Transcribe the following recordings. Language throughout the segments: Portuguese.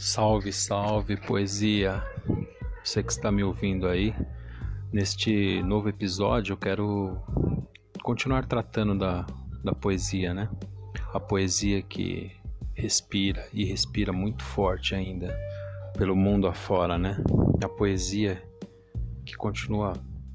Salve, salve, poesia! Você que está me ouvindo aí, neste novo episódio eu quero continuar tratando da poesia, né? A poesia que respira e respira muito forte ainda pelo mundo afora, né? A poesia que continua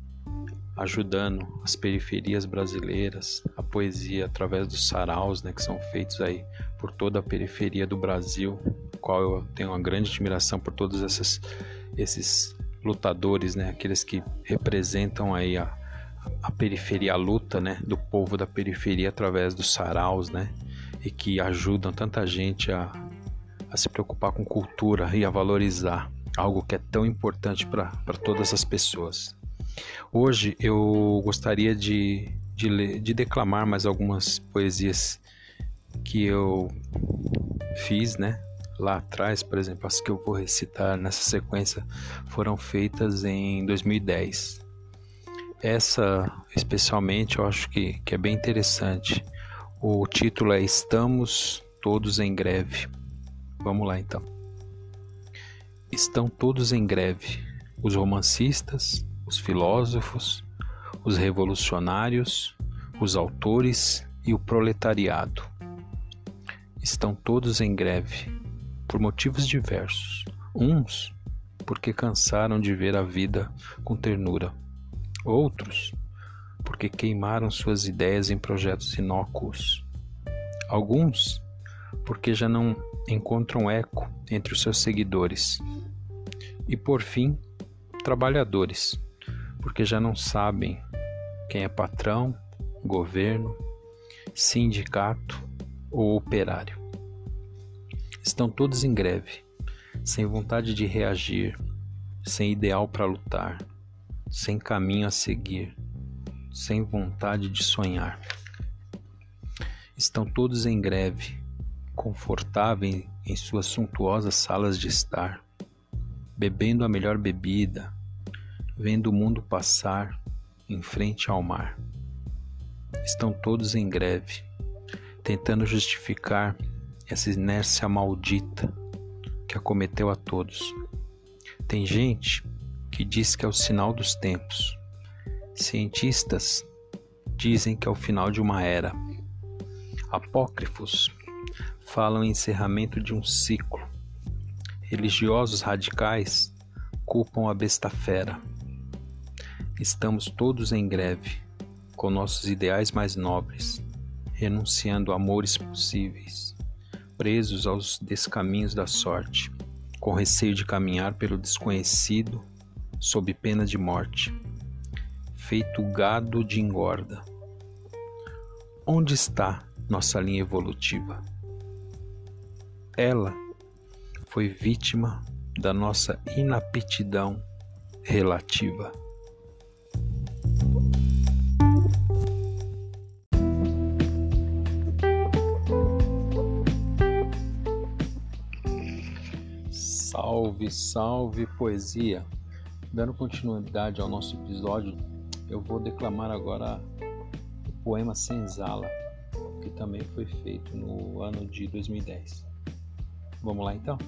ajudando as periferias brasileiras, a poesia através dos saraus, né, que são feitos aí por toda a periferia do Brasil, qual eu tenho uma grande admiração por todos esses lutadores, né, aqueles que representam aí a periferia, a luta, né, do povo da periferia através dos saraus, né, e que ajudam tanta gente a se preocupar com cultura e a valorizar algo que é tão importante para todas as pessoas. Hoje eu gostaria de declamar mais algumas poesias que eu fiz, né? Lá atrás, por exemplo, as que eu vou recitar nessa sequência foram feitas em 2010. Essa, especialmente, eu acho que é bem interessante. O título é Estamos Todos em Greve. Vamos lá, então. Estão todos em greve, os romancistas, os filósofos, os revolucionários, os autores e o proletariado. Estão todos em greve, por motivos diversos. Uns, porque cansaram de ver a vida com ternura. Outros, porque queimaram suas ideias em projetos inócuos. Alguns, porque já não encontram eco entre os seus seguidores. E, por fim, trabalhadores, porque já não sabem quem é patrão, governo, sindicato ou operário. Estão todos em greve, sem vontade de reagir, sem ideal para lutar, sem caminho a seguir, sem vontade de sonhar. Estão todos em greve, confortáveis em suas suntuosas salas de estar, bebendo a melhor bebida, vendo o mundo passar em frente ao mar. Estão todos em greve, tentando justificar essa inércia maldita que acometeu a todos. Tem gente que diz que é o sinal dos tempos. Cientistas dizem que é o final de uma era. Apócrifos falam em encerramento de um ciclo. Religiosos radicais culpam a besta fera. Estamos todos em greve, com nossos ideais mais nobres, renunciando a amores possíveis, presos aos descaminhos da sorte, com receio de caminhar pelo desconhecido, sob pena de morte, feito gado de engorda. Onde está nossa linha evolutiva? Ela foi vítima da nossa inaptidão relativa. Salve, salve, poesia! Dando continuidade ao nosso episódio, eu vou declamar agora o poema Senzala, que também foi feito no ano de 2010. Vamos lá, então?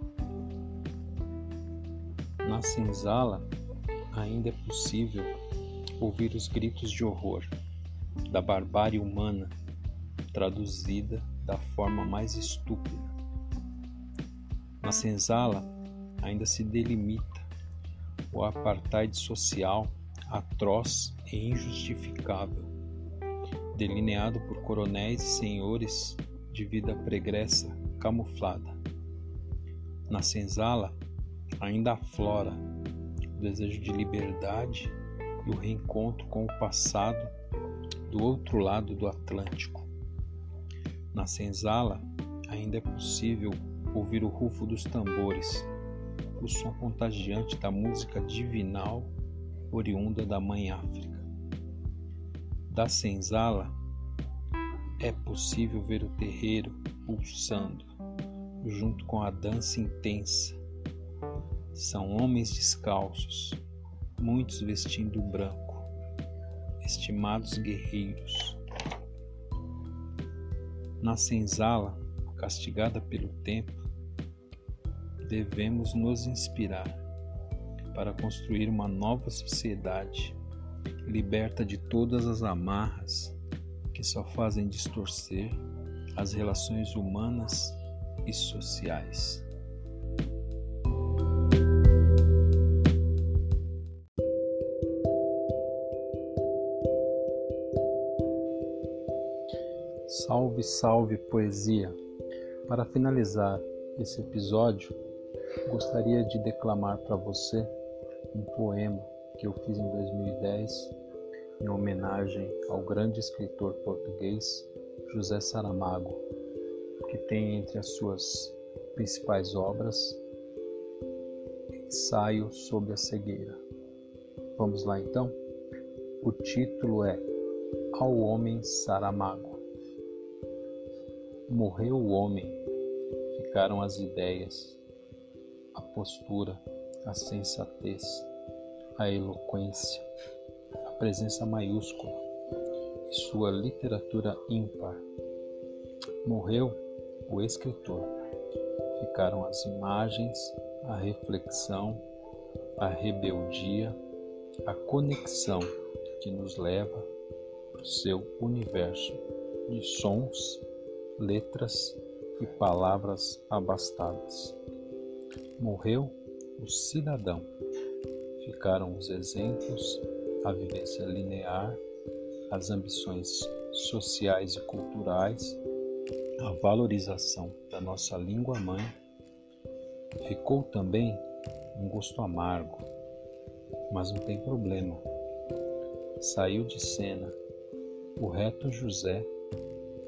Na senzala, ainda é possível ouvir os gritos de horror da barbárie humana, traduzida da forma mais estúpida. Na senzala, ainda se delimita o apartheid social atroz e injustificável, delineado por coronéis e senhores de vida pregressa camuflada. Na senzala, ainda aflora o desejo de liberdade e o reencontro com o passado do outro lado do Atlântico. Na senzala, ainda é possível ouvir o rufo dos tambores, o som contagiante da música divinal oriunda da Mãe África. Da senzala, é possível ver o terreiro pulsando, junto com a dança intensa. São homens descalços, muitos vestindo branco, estimados guerreiros. Na senzala, castigada pelo tempo, devemos nos inspirar para construir uma nova sociedade, liberta de todas as amarras que só fazem distorcer as relações humanas e sociais. Salve, salve, poesia! Para finalizar esse episódio, gostaria de declamar para você um poema que eu fiz em 2010 em homenagem ao grande escritor português José Saramago, que tem entre as suas principais obras Ensaio sobre a Cegueira. Vamos lá então? O título é Ao Homem Saramago. Morreu o homem, ficaram as ideias, a postura, a sensatez, a eloquência, a presença maiúscula e sua literatura ímpar. Morreu o escritor, ficaram as imagens, a reflexão, a rebeldia, a conexão que nos leva para o seu universo de sons, letras e palavras abastadas. Morreu o cidadão, ficaram os exemplos, a vivência linear, as ambições sociais e culturais, a valorização da nossa língua-mãe. Ficou também um gosto amargo, mas não tem problema. Saiu de cena o reto José,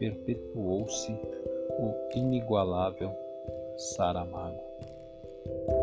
perpetuou-se o inigualável Saramago.